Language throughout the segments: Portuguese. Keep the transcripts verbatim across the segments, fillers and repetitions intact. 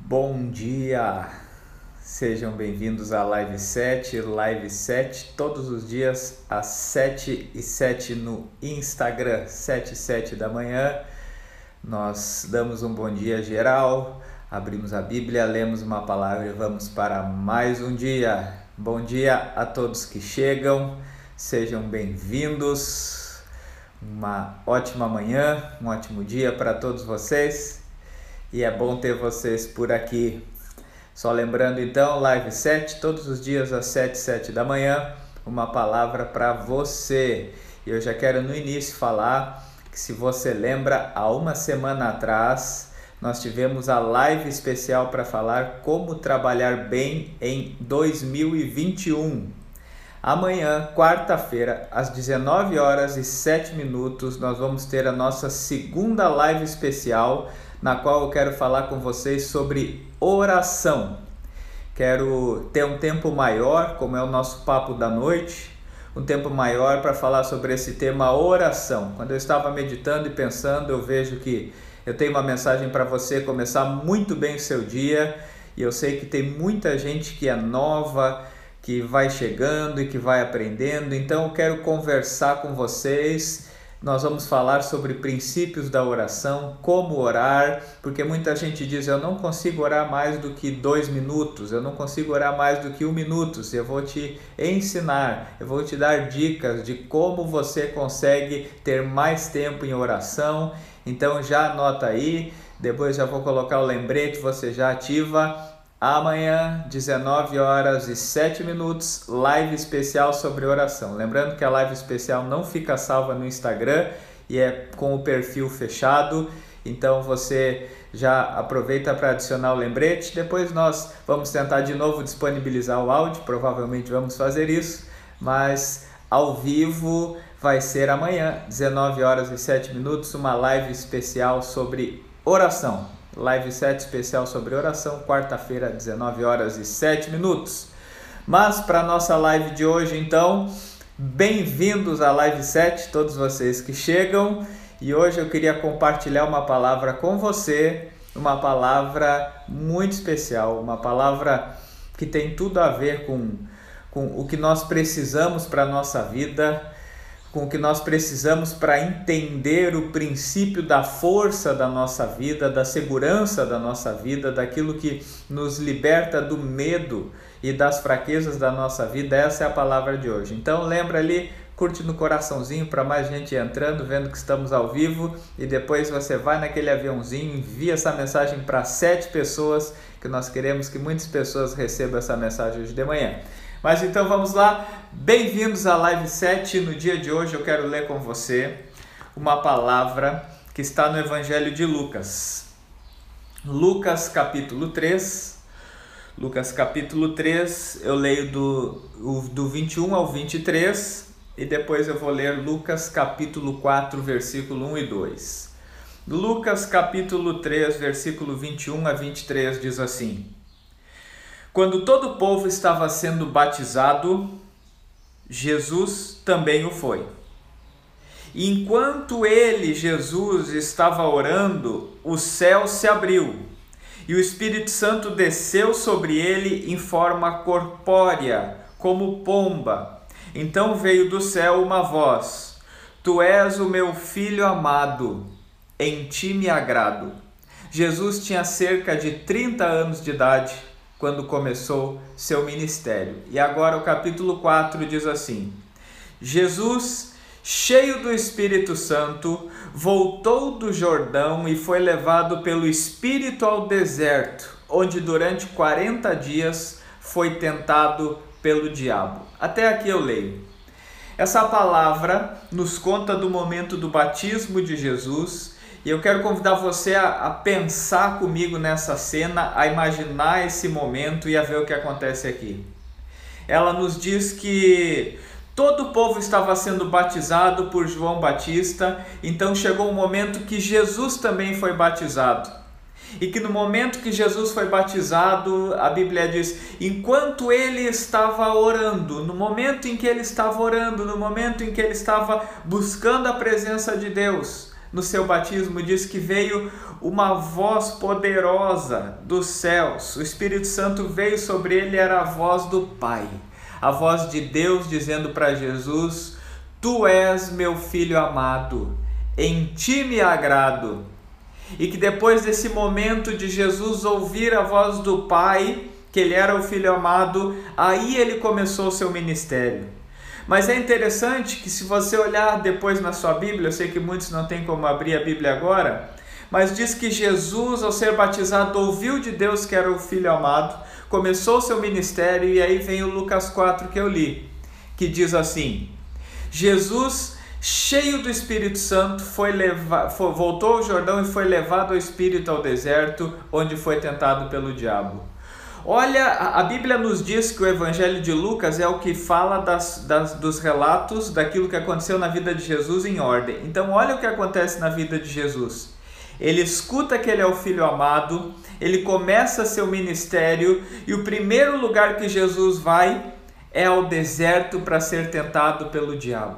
Bom dia! Sejam bem-vindos à Live sete, Live sete, todos os dias às sete e sete no Instagram, sete e sete da manhã. Nós damos um bom dia geral, abrimos a Bíblia, lemos uma palavra e vamos para mais um dia. Bom dia a todos que chegam, sejam bem-vindos. Uma ótima manhã, um ótimo dia para todos vocês. E é bom ter vocês por aqui. Só lembrando então, Live sete, todos os dias às sete e sete da manhã, uma palavra para você. E eu já quero no início falar que, se você lembra, há uma semana atrás nós tivemos a live especial para falar como trabalhar bem em dois mil e vinte e um. Amanhã, quarta-feira, às dezenove horas e sete minutos, nós vamos ter a nossa segunda live especial, na qual eu quero falar com vocês sobre oração. Quero ter um tempo maior, como é o nosso papo da noite, um tempo maior para falar sobre esse tema oração. Quando eu estava meditando e pensando, eu vejo que eu tenho uma mensagem para você começar muito bem o seu dia, e eu sei que tem muita gente que é nova, que vai chegando e que vai aprendendo, então eu quero conversar com vocês. Nós vamos falar sobre princípios da oração, como orar, porque muita gente diz: eu não consigo orar mais do que dois minutos, eu não consigo orar mais do que um minuto. Eu vou te ensinar, eu vou te dar dicas de como você consegue ter mais tempo em oração. Então já anota aí, depois já vou colocar o lembrete, você já ativa. Amanhã, dezenove horas e sete minutos, live especial sobre oração. Lembrando que a live especial não fica salva no Instagram e é com o perfil fechado. Então você já aproveita para adicionar o lembrete. Depois nós vamos tentar de novo disponibilizar o áudio, provavelmente vamos fazer isso. Mas ao vivo vai ser amanhã, dezenove horas e sete minutos, uma live especial sobre oração. Live sete especial sobre oração, quarta-feira, dezenove horas e sete minutos. Mas para a nossa live de hoje, então, bem-vindos à Live sete, todos vocês que chegam. E hoje eu queria compartilhar uma palavra com você, uma palavra muito especial, uma palavra que tem tudo a ver com, com o que nós precisamos para a nossa vida, com o que nós precisamos para entender o princípio da força da nossa vida, da segurança da nossa vida, daquilo que nos liberta do medo e das fraquezas da nossa vida. Essa é a palavra de hoje. Então lembra ali, curte no coraçãozinho para mais gente entrando, vendo que estamos ao vivo, e depois você vai naquele aviãozinho, envia essa mensagem para sete pessoas, que nós queremos que muitas pessoas recebam essa mensagem hoje de manhã. Mas então vamos lá, bem-vindos à Live sete. No dia de hoje eu quero ler com você uma palavra que está no Evangelho de Lucas. Lucas capítulo três, Lucas capítulo três, eu leio do, do vinte e um ao vinte e três, e depois eu vou ler Lucas capítulo quatro, versículo um e dois. Lucas capítulo três, versículo vinte e um a vinte e três diz assim: quando todo o povo estava sendo batizado, Jesus também o foi. E enquanto ele, Jesus, estava orando, o céu se abriu, e o Espírito Santo desceu sobre ele em forma corpórea, como pomba. Então veio do céu uma voz: Tu és o meu Filho amado, em ti me agrado. Jesus tinha cerca de trinta anos de idade quando começou seu ministério. E agora o capítulo quatro diz assim: Jesus, cheio do Espírito Santo, voltou do Jordão e foi levado pelo Espírito ao deserto, onde durante quarenta dias foi tentado pelo diabo. Até aqui eu leio. Essa palavra nos conta do momento do batismo de Jesus. E eu quero convidar você a, a pensar comigo nessa cena, a imaginar esse momento e a ver o que acontece aqui. Ela nos diz que todo o povo estava sendo batizado por João Batista, então chegou um momento que Jesus também foi batizado. E que no momento que Jesus foi batizado, a Bíblia diz, enquanto ele estava orando, no momento em que ele estava orando, no momento em que ele estava buscando a presença de Deus, no seu batismo, diz que veio uma voz poderosa dos céus. O Espírito Santo veio sobre ele, era a voz do Pai, a voz de Deus dizendo para Jesus: Tu és meu filho amado, em ti me agrado. E que depois desse momento de Jesus ouvir a voz do Pai, que ele era o filho amado, aí ele começou o seu ministério. Mas é interessante que, se você olhar depois na sua Bíblia, eu sei que muitos não têm como abrir a Bíblia agora, mas diz que Jesus, ao ser batizado, ouviu de Deus que era o filho amado, começou o seu ministério, e aí vem o Lucas quatro que eu li, que diz assim: Jesus, cheio do Espírito Santo, foi leva... foi... voltou ao Jordão e foi levado ao Espírito ao deserto, onde foi tentado pelo diabo. Olha, a Bíblia nos diz que o Evangelho de Lucas é o que fala das, das, dos relatos daquilo que aconteceu na vida de Jesus em ordem. Então olha o que acontece na vida de Jesus. Ele escuta que ele é o Filho amado, ele começa seu ministério, e o primeiro lugar que Jesus vai é ao deserto para ser tentado pelo diabo.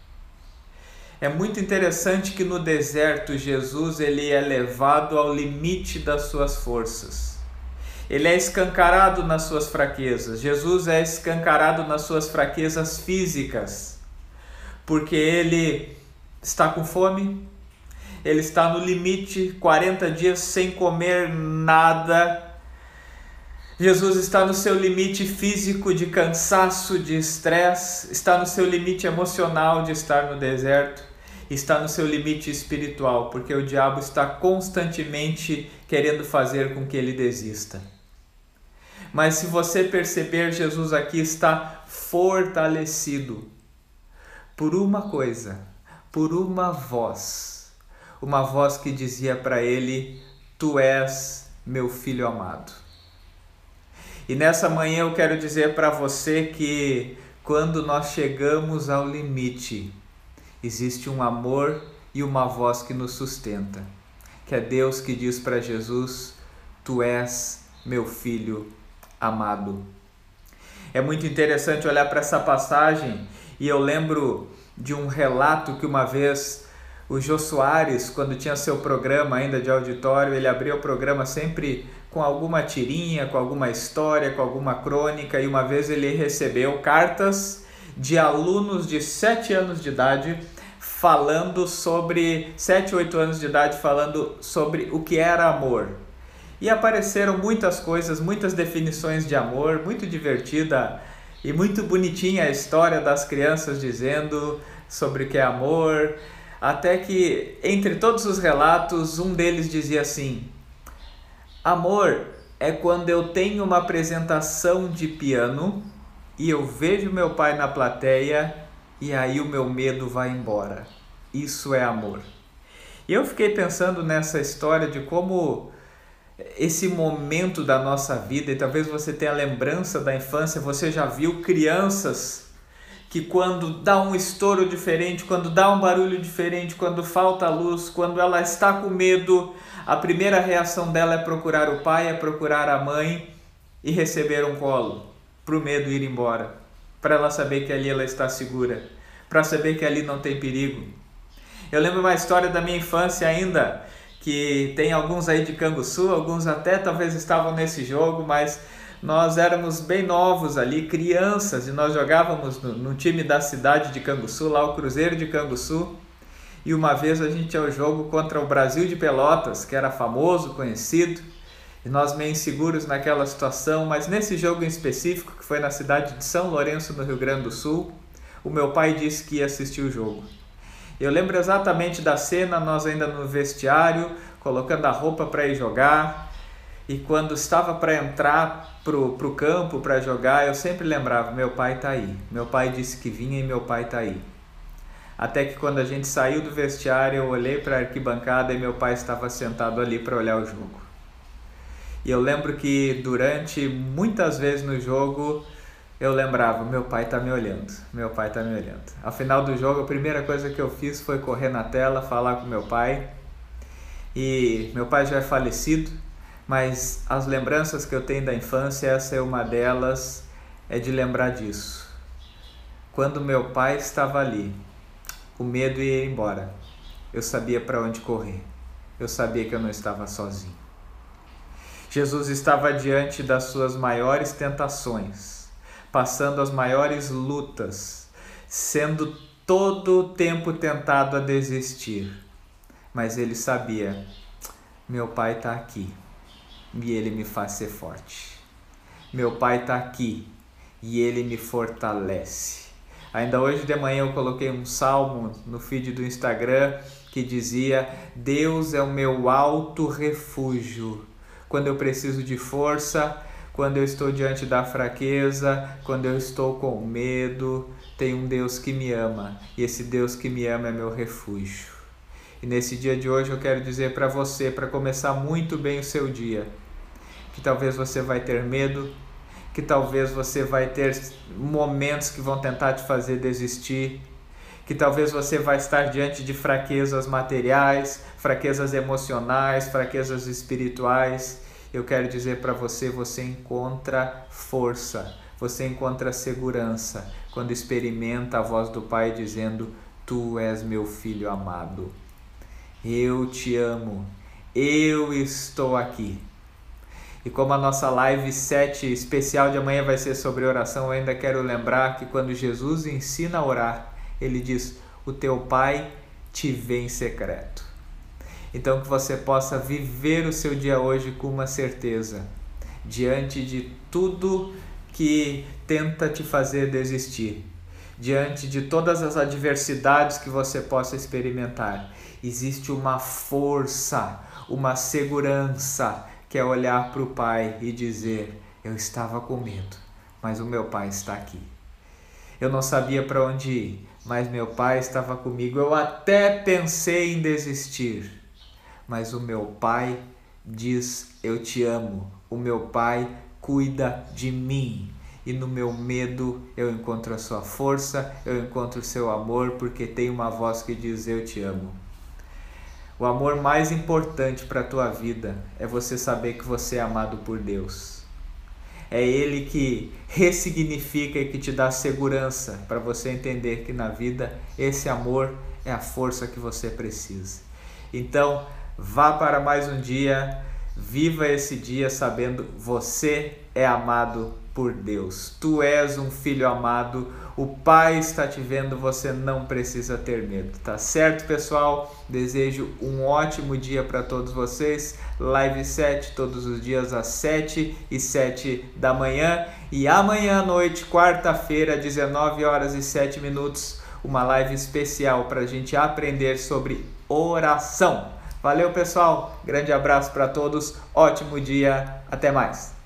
É muito interessante que no deserto Jesus ele é levado ao limite das suas forças. Ele é escancarado nas suas fraquezas. Jesus é escancarado nas suas fraquezas físicas, porque ele está com fome, ele está no limite, quarenta dias sem comer nada. Jesus está no seu limite físico de cansaço, de estresse, está no seu limite emocional de estar no deserto, está no seu limite espiritual, porque o diabo está constantemente querendo fazer com que ele desista. Mas se você perceber, Jesus aqui está fortalecido por uma coisa, por uma voz, uma voz que dizia para ele: Tu és meu filho amado. E nessa manhã eu quero dizer para você que quando nós chegamos ao limite, existe um amor e uma voz que nos sustenta, que é Deus que diz para Jesus: Tu és meu filho amado. É muito interessante olhar para essa passagem, e eu lembro de um relato que uma vez o Jô Soares, quando tinha seu programa ainda de auditório, ele abria o programa sempre com alguma tirinha, com alguma história, com alguma crônica, e uma vez ele recebeu cartas de alunos de sete anos de idade falando sobre, sete, oito anos de idade, falando sobre o que era amor. E apareceram muitas coisas, muitas definições de amor, muito divertida e muito bonitinha a história das crianças dizendo sobre o que é amor, até que entre todos os relatos, um deles dizia assim: amor é quando eu tenho uma apresentação de piano e eu vejo meu pai na plateia e aí o meu medo vai embora. Isso é amor. E eu fiquei pensando nessa história de como esse momento da nossa vida, e talvez você tenha lembrança da infância, você já viu crianças que quando dá um estouro diferente, quando dá um barulho diferente, quando falta luz, quando ela está com medo, a primeira reação dela é procurar o pai, é procurar a mãe e receber um colo, para o medo ir embora, para ela saber que ali ela está segura, para saber que ali não tem perigo. Eu lembro uma história da minha infância ainda, que tem alguns aí de Canguçu, alguns até talvez estavam nesse jogo, mas nós éramos bem novos ali, crianças, e nós jogávamos no, no time da cidade de Canguçu, lá o Cruzeiro de Canguçu, e uma vez a gente tinha o jogo contra o Brasil de Pelotas, que era famoso, conhecido, e nós meio inseguros naquela situação, mas nesse jogo em específico, que foi na cidade de São Lourenço, no Rio Grande do Sul, o meu pai disse que ia assistir o jogo. Eu lembro exatamente da cena, nós ainda no vestiário, colocando a roupa para ir jogar, e quando estava para entrar pro, pro campo para jogar, eu sempre lembrava: meu pai está aí, meu pai disse que vinha e meu pai está aí. Até que quando a gente saiu do vestiário, eu olhei para a arquibancada e meu pai estava sentado ali para olhar o jogo. E eu lembro que durante muitas vezes no jogo, eu lembrava: meu pai está me olhando, meu pai está me olhando. Ao final do jogo, a primeira coisa que eu fiz foi correr na tela, falar com meu pai. E meu pai já é falecido, mas as lembranças que eu tenho da infância, essa é uma delas, é de lembrar disso. Quando meu pai estava ali, o medo ia embora. eu sabia para onde correr. Eu sabia que eu não estava sozinho. Jesus estava diante das suas maiores tentações, passando as maiores lutas, sendo todo o tempo tentado a desistir. Mas ele sabia, meu Pai está aqui e ele me faz ser forte. Meu Pai está aqui e ele me fortalece. Ainda hoje de manhã eu coloquei um salmo no feed do Instagram que dizia: Deus é o meu alto refúgio. Quando eu preciso de força, quando eu estou diante da fraqueza, quando eu estou com medo, tem um Deus que me ama. E esse Deus que me ama é meu refúgio. E nesse dia de hoje eu quero dizer para você, para começar muito bem o seu dia, que talvez você vai ter medo, que talvez você vai ter momentos que vão tentar te fazer desistir, que talvez você vai estar diante de fraquezas materiais, fraquezas emocionais, fraquezas espirituais. Eu quero dizer para você, você encontra força, você encontra segurança quando experimenta a voz do Pai dizendo: Tu és meu filho amado, eu te amo, eu estou aqui. E como a nossa live sete especial de amanhã vai ser sobre oração, eu ainda quero lembrar que quando Jesus ensina a orar, ele diz: o teu Pai te vê em secreto. Então que você possa viver o seu dia hoje com uma certeza, diante de tudo que tenta te fazer desistir, diante de todas as adversidades que você possa experimentar, existe uma força, uma segurança, que é olhar para o Pai e dizer: eu estava com medo, mas o meu Pai está aqui. Eu não sabia para onde ir, mas meu Pai estava comigo. Eu até pensei em desistir, mas o meu Pai diz: eu te amo. O meu Pai cuida de mim. E no meu medo eu encontro a sua força, eu encontro o seu amor, porque tem uma voz que diz: eu te amo. O amor mais importante para a tua vida é você saber que você é amado por Deus. É Ele que ressignifica e que te dá segurança para você entender que na vida esse amor é a força que você precisa. Então, vá para mais um dia, viva esse dia sabendo que você é amado por Deus. Tu és um filho amado, o Pai está te vendo, você não precisa ter medo, tá certo, pessoal? Desejo um ótimo dia para todos vocês. Live sete todos os dias às sete e sete da manhã, e amanhã à noite, quarta-feira, dezenove horas e sete minutos, uma live especial para a gente aprender sobre oração. Valeu, pessoal, grande abraço para todos, ótimo dia, até mais.